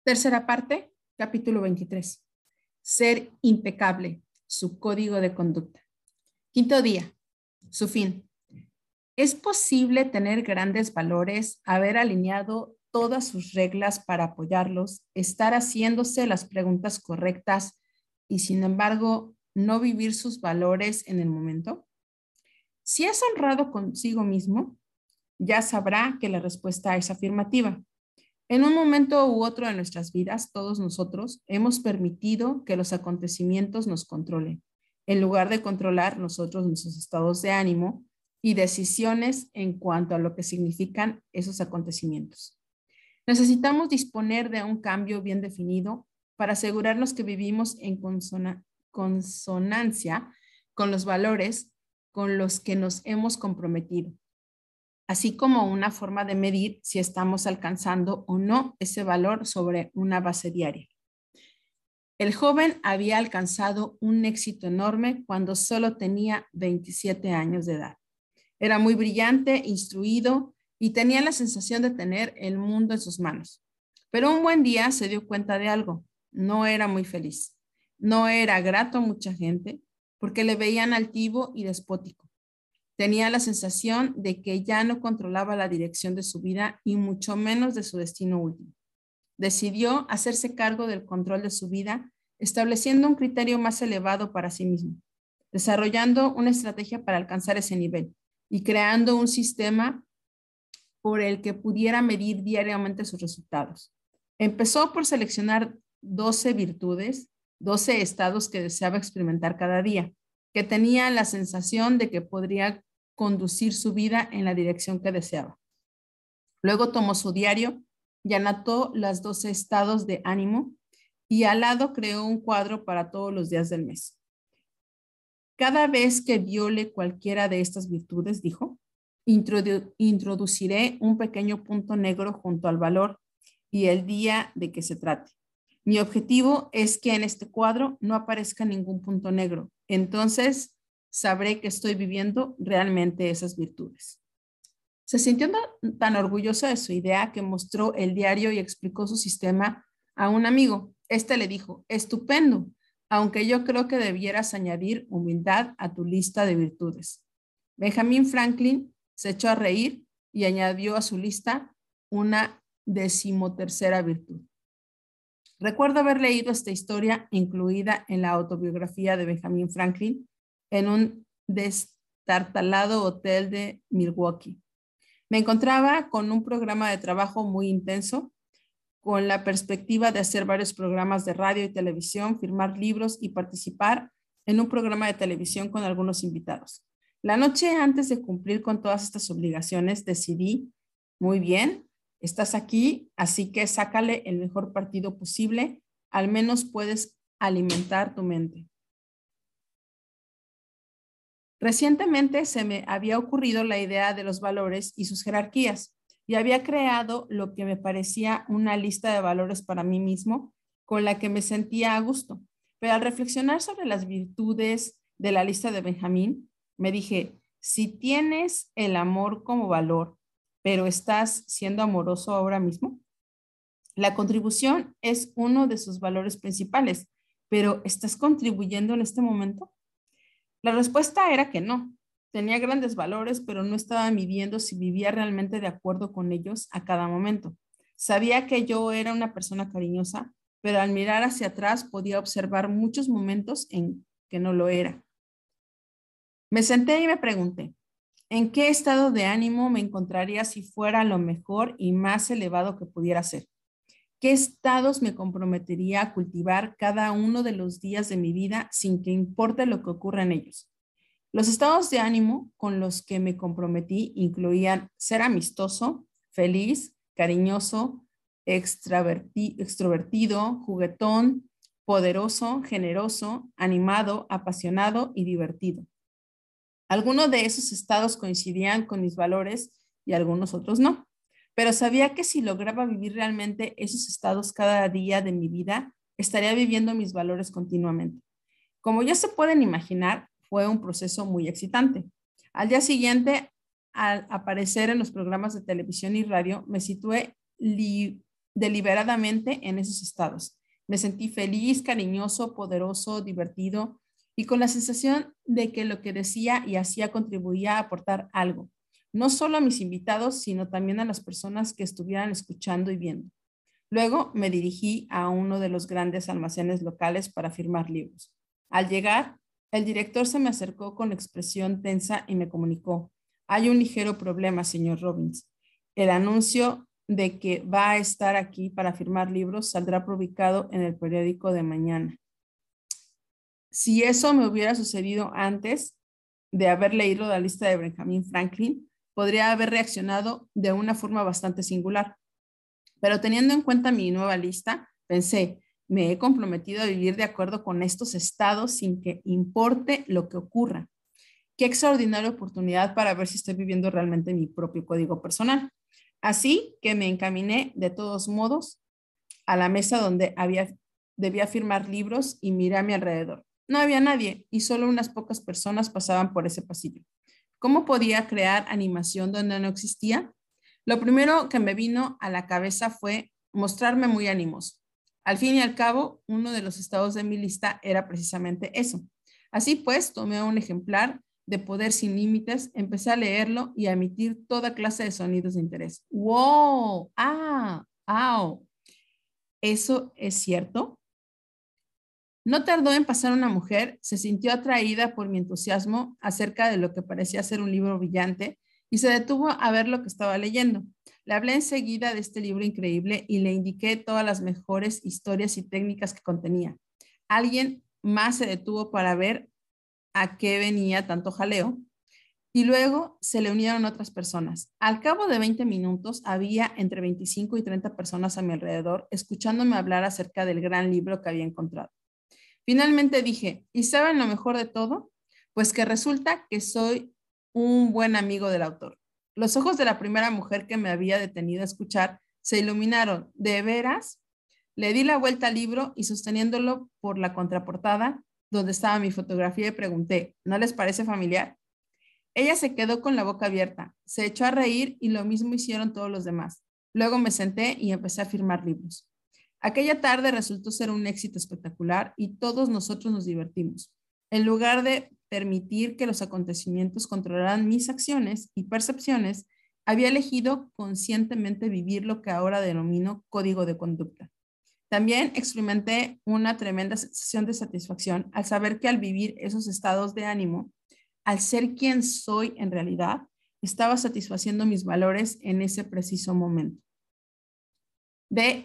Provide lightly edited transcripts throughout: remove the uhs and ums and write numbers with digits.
Tercera parte, capítulo 23. Ser impecable, su código de conducta. Quinto día, su fin. ¿Es posible tener grandes valores, haber alineado todas sus reglas para apoyarlos, estar haciéndose las preguntas correctas y, sin embargo, no vivir sus valores en el momento? Si es honrado consigo mismo, ya sabrá que la respuesta es afirmativa. En un momento u otro de nuestras vidas, todos nosotros hemos permitido que los acontecimientos nos controlen, en lugar de controlar nosotros nuestros estados de ánimo y decisiones en cuanto a lo que significan esos acontecimientos. Necesitamos disponer de un cambio bien definido para asegurarnos que vivimos en consonancia con los valores con los que nos hemos comprometido, así como una forma de medir si estamos alcanzando o no ese valor sobre una base diaria. El joven había alcanzado un éxito enorme cuando solo tenía 27 años de edad. Era muy brillante, instruido y tenía la sensación de tener el mundo en sus manos. Pero un buen día se dio cuenta de algo. No era muy feliz. No era grato a mucha gente porque le veían altivo y despótico. Tenía la sensación de que ya no controlaba la dirección de su vida y mucho menos de su destino último. Decidió hacerse cargo del control de su vida, estableciendo un criterio más elevado para sí mismo, desarrollando una estrategia para alcanzar ese nivel y creando un sistema por el que pudiera medir diariamente sus resultados. Empezó por seleccionar 12 virtudes, 12 estados que deseaba experimentar cada día, que tenía la sensación de que podría conducir su vida en la dirección que deseaba. Luego tomó su diario y anotó los 12 estados de ánimo y al lado creó un cuadro para todos los días del mes. Cada vez que viole cualquiera de estas virtudes, dijo, introduciré un pequeño punto negro junto al valor y el día de que se trate. Mi objetivo es que en este cuadro no aparezca ningún punto negro. Entonces, sabré que estoy viviendo realmente esas virtudes. Se sintió tan orgullosa de su idea que mostró el diario y explicó su sistema a un amigo. Este le dijo, estupendo, aunque yo creo que debieras añadir humildad a tu lista de virtudes. Benjamin Franklin se echó a reír y añadió a su lista una 13ª virtud. Recuerdo haber leído esta historia incluida en la autobiografía de Benjamin Franklin en un destartalado hotel de Milwaukee. Me encontraba con un programa de trabajo muy intenso, con la perspectiva de hacer varios programas de radio y televisión, firmar libros y participar en un programa de televisión con algunos invitados. La noche antes de cumplir con todas estas obligaciones, decidí, muy bien, estás aquí, así que sácale el mejor partido posible, al menos puedes alimentar tu mente. Recientemente se me había ocurrido la idea de los valores y sus jerarquías y había creado lo que me parecía una lista de valores para mí mismo con la que me sentía a gusto. Pero al reflexionar sobre las virtudes de la lista de Benjamín, me dije, si tienes el amor como valor, pero estás siendo amoroso ahora mismo, la contribución es uno de sus valores principales, pero ¿estás contribuyendo en este momento? La respuesta era que no. Tenía grandes valores, pero no estaba midiendo si vivía realmente de acuerdo con ellos a cada momento. Sabía que yo era una persona cariñosa, pero al mirar hacia atrás podía observar muchos momentos en que no lo era. Me senté y me pregunté, ¿en qué estado de ánimo me encontraría si fuera lo mejor y más elevado que pudiera ser? ¿Qué estados me comprometería a cultivar cada uno de los días de mi vida sin que importe lo que ocurra en ellos? Los estados de ánimo con los que me comprometí incluían ser amistoso, feliz, cariñoso, extrovertido, juguetón, poderoso, generoso, animado, apasionado y divertido. Algunos de esos estados coincidían con mis valores y algunos otros no. Pero sabía que si lograba vivir realmente esos estados cada día de mi vida, estaría viviendo mis valores continuamente. Como ya se pueden imaginar, fue un proceso muy excitante. Al día siguiente, al aparecer en los programas de televisión y radio, me situé deliberadamente en esos estados. Me sentí feliz, cariñoso, poderoso, divertido y con la sensación de que lo que decía y hacía contribuía a aportar algo, no solo a mis invitados, sino también a las personas que estuvieran escuchando y viendo. Luego me dirigí a uno de los grandes almacenes locales para firmar libros. Al llegar, el director se me acercó con expresión tensa y me comunicó: hay un ligero problema, señor Robbins. El anuncio de que va a estar aquí para firmar libros saldrá publicado en el periódico de mañana. Si eso me hubiera sucedido antes de haber leído la lista de Benjamin Franklin, podría haber reaccionado de una forma bastante singular. Pero teniendo en cuenta mi nueva lista, pensé, me he comprometido a vivir de acuerdo con estos estados sin que importe lo que ocurra. Qué extraordinaria oportunidad para ver si estoy viviendo realmente mi propio código personal. Así que me encaminé de todos modos a la mesa donde debía firmar libros y miré a mi alrededor. No había nadie y solo unas pocas personas pasaban por ese pasillo. ¿Cómo podía crear animación donde no existía? Lo primero que me vino a la cabeza fue mostrarme muy animoso. Al fin y al cabo, uno de los estados de mi lista era precisamente eso. Así pues, tomé un ejemplar de Poder sin Límites, empecé a leerlo y a emitir toda clase de sonidos de interés. ¡Wow! ¡Ah! ¡Au! ¿Eso es cierto? No tardó en pasar una mujer, se sintió atraída por mi entusiasmo acerca de lo que parecía ser un libro brillante y se detuvo a ver lo que estaba leyendo. Le hablé enseguida de este libro increíble y le indiqué todas las mejores historias y técnicas que contenía. Alguien más se detuvo para ver a qué venía tanto jaleo y luego se le unieron otras personas. Al cabo de 20 minutos había entre 25 y 30 personas a mi alrededor escuchándome hablar acerca del gran libro que había encontrado. Finalmente dije, ¿y saben lo mejor de todo? Pues que resulta que soy un buen amigo del autor. Los ojos de la primera mujer que me había detenido a escuchar se iluminaron. ¿De veras? Le di la vuelta al libro y sosteniéndolo por la contraportada, donde estaba mi fotografía, y pregunté, ¿no les parece familiar? Ella se quedó con la boca abierta, se echó a reír y lo mismo hicieron todos los demás. Luego me senté y empecé a firmar libros. Aquella tarde resultó ser un éxito espectacular y todos nosotros nos divertimos. En lugar de permitir que los acontecimientos controlaran mis acciones y percepciones, había elegido conscientemente vivir lo que ahora denomino código de conducta. También experimenté una tremenda sensación de satisfacción al saber que al vivir esos estados de ánimo, al ser quien soy en realidad, estaba satisfaciendo mis valores en ese preciso momento. Ve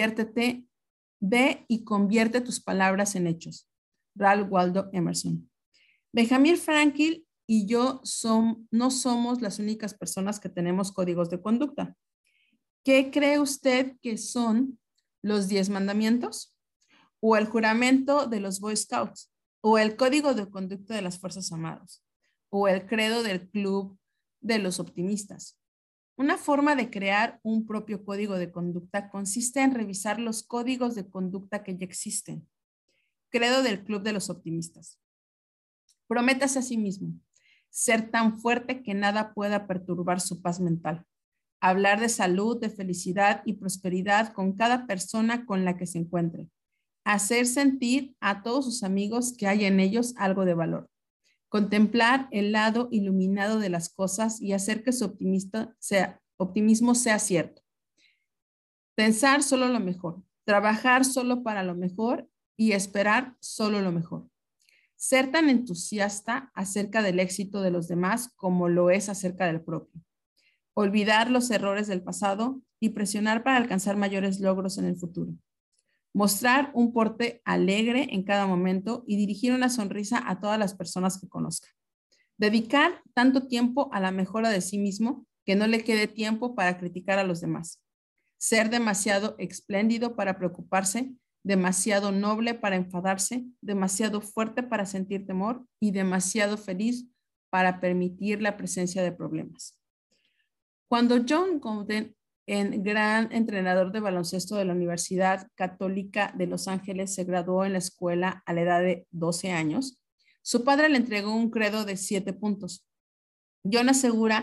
y convierte tus palabras en hechos. Ralph Waldo Emerson. Benjamin Franklin y yo no somos las únicas personas que tenemos códigos de conducta. ¿Qué cree usted que son los 10 mandamientos? ¿O el juramento de los Boy Scouts? ¿O el código de conducta de las Fuerzas Armadas? ¿O el credo del Club de los Optimistas? Una forma de crear un propio código de conducta consiste en revisar los códigos de conducta que ya existen. Credo del Club de los Optimistas. Prométase a sí mismo ser tan fuerte que nada pueda perturbar su paz mental. Hablar de salud, de felicidad y prosperidad con cada persona con la que se encuentre. Hacer sentir a todos sus amigos que hay en ellos algo de valor. Contemplar el lado iluminado de las cosas y hacer que su optimismo sea cierto. Pensar solo lo mejor, trabajar solo para lo mejor y esperar solo lo mejor. Ser tan entusiasta acerca del éxito de los demás como lo es acerca del propio. Olvidar los errores del pasado y presionar para alcanzar mayores logros en el futuro. Mostrar un porte alegre en cada momento y dirigir una sonrisa a todas las personas que conozca. Dedicar tanto tiempo a la mejora de sí mismo que no le quede tiempo para criticar a los demás. Ser demasiado espléndido para preocuparse, demasiado noble para enfadarse, demasiado fuerte para sentir temor y demasiado feliz para permitir la presencia de problemas. Cuando John Golden, el gran entrenador de baloncesto de la Universidad Católica de Los Ángeles, se graduó en la escuela a la edad de 12 años, su padre le entregó un credo de 7 puntos. John asegura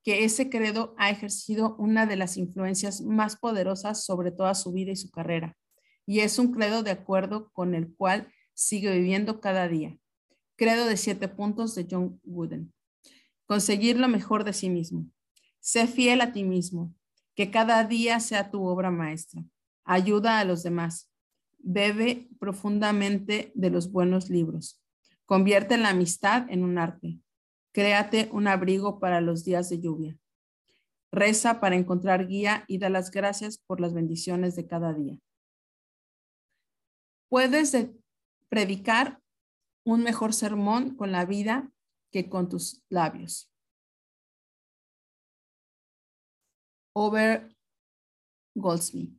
que ese credo ha ejercido una de las influencias más poderosas sobre toda su vida y su carrera. Y es un credo de acuerdo con el cual sigue viviendo cada día. Credo de 7 puntos de John Wooden. Conseguir lo mejor de sí mismo. Sé fiel a ti mismo. Que cada día sea tu obra maestra. Ayuda a los demás. Bebe profundamente de los buenos libros. Convierte la amistad en un arte. Créate un abrigo para los días de lluvia. Reza para encontrar guía y da las gracias por las bendiciones de cada día. Puedes predicar un mejor sermón con la vida que con tus labios. Over Goldsmith.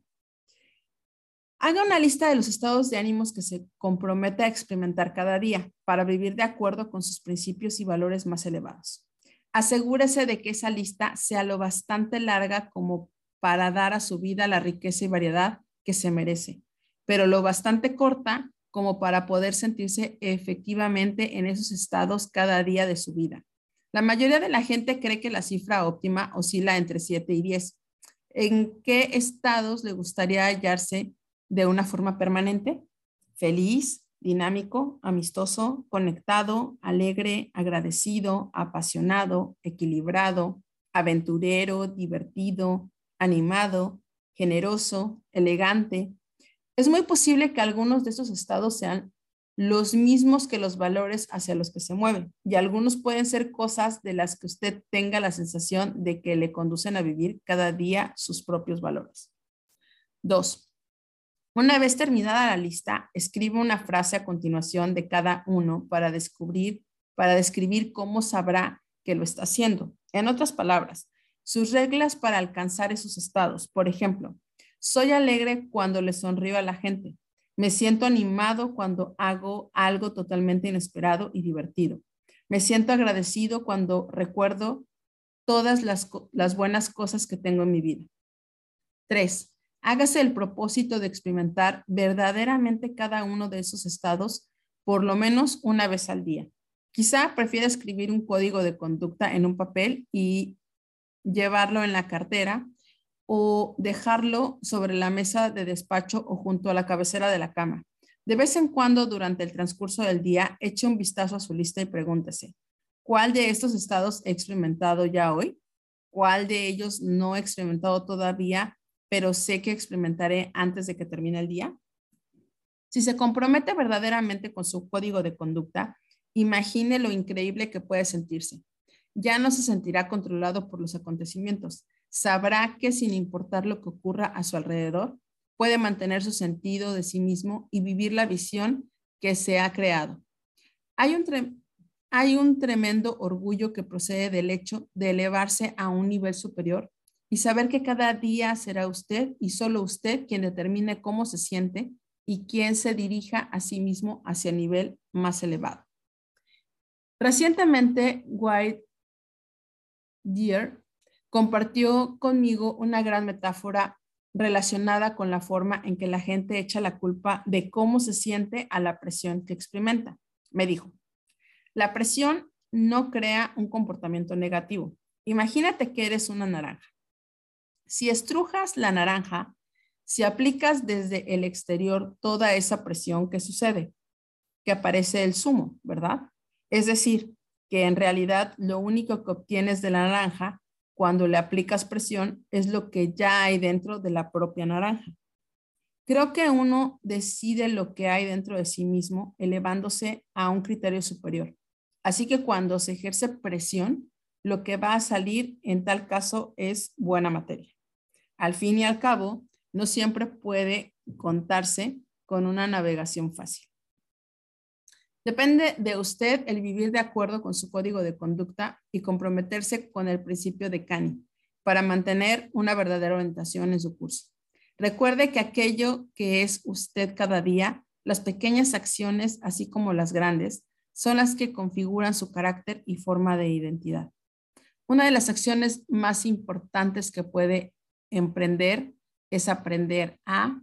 Haga una lista de los estados de ánimos que se compromete a experimentar cada día para vivir de acuerdo con sus principios y valores más elevados. Asegúrese de que esa lista sea lo bastante larga como para dar a su vida la riqueza y variedad que se merece, pero lo bastante corta como para poder sentirse efectivamente en esos estados cada día de su vida. La mayoría de la gente cree que la cifra óptima oscila entre 7 y 10. ¿En qué estados le gustaría hallarse de una forma permanente? Feliz, dinámico, amistoso, conectado, alegre, agradecido, apasionado, equilibrado, aventurero, divertido, animado, generoso, elegante. Es muy posible que algunos de estos estados sean los mismos que los valores hacia los que se mueven, y algunos pueden ser cosas de las que usted tenga la sensación de que le conducen a vivir cada día sus propios valores. 2. Una vez terminada la lista, escribe una frase a continuación de cada uno para describir cómo sabrá que lo está haciendo. En otras palabras, sus reglas para alcanzar esos estados. Por ejemplo, soy alegre cuando le sonrío a la gente. Me siento animado cuando hago algo totalmente inesperado y divertido. Me siento agradecido cuando recuerdo todas las buenas cosas que tengo en mi vida. 3. Hágase el propósito de experimentar verdaderamente cada uno de esos estados por lo menos una vez al día. Quizá prefiera escribir un código de conducta en un papel y llevarlo en la cartera o dejarlo sobre la mesa de despacho o junto a la cabecera de la cama. De vez en cuando, durante el transcurso del día, eche un vistazo a su lista y pregúntese, ¿cuál de estos estados he experimentado ya hoy? ¿Cuál de ellos no he experimentado todavía, pero sé que experimentaré antes de que termine el día? Si se compromete verdaderamente con su código de conducta, imagine lo increíble que puede sentirse. Ya no se sentirá controlado por los acontecimientos. Sabrá que sin importar lo que ocurra a su alrededor, puede mantener su sentido de sí mismo y vivir la visión que se ha creado. Hay un tremendo orgullo que procede del hecho de elevarse a un nivel superior y saber que cada día será usted y solo usted quien determine cómo se siente y quien se dirija a sí mismo hacia el nivel más elevado. Recientemente, White Deer compartió conmigo una gran metáfora relacionada con la forma en que la gente echa la culpa de cómo se siente a la presión que experimenta. Me dijo, la presión no crea un comportamiento negativo. Imagínate que eres una naranja. Si estrujas la naranja, si aplicas desde el exterior toda esa presión, ¿qué sucede? Que aparece el zumo, ¿verdad? Es decir, que en realidad lo único que obtienes de la naranja cuando le aplicas presión es lo que ya hay dentro de la propia naranja. Creo que uno decide lo que hay dentro de sí mismo elevándose a un criterio superior. Así que cuando se ejerce presión, lo que va a salir en tal caso es buena materia. Al fin y al cabo, no siempre puede contarse con una navegación fácil. Depende de usted el vivir de acuerdo con su código de conducta y comprometerse con el principio de Canny para mantener una verdadera orientación en su curso. Recuerde que aquello que es usted cada día, las pequeñas acciones, así como las grandes, son las que configuran su carácter y forma de identidad. Una de las acciones más importantes que puede emprender es aprender a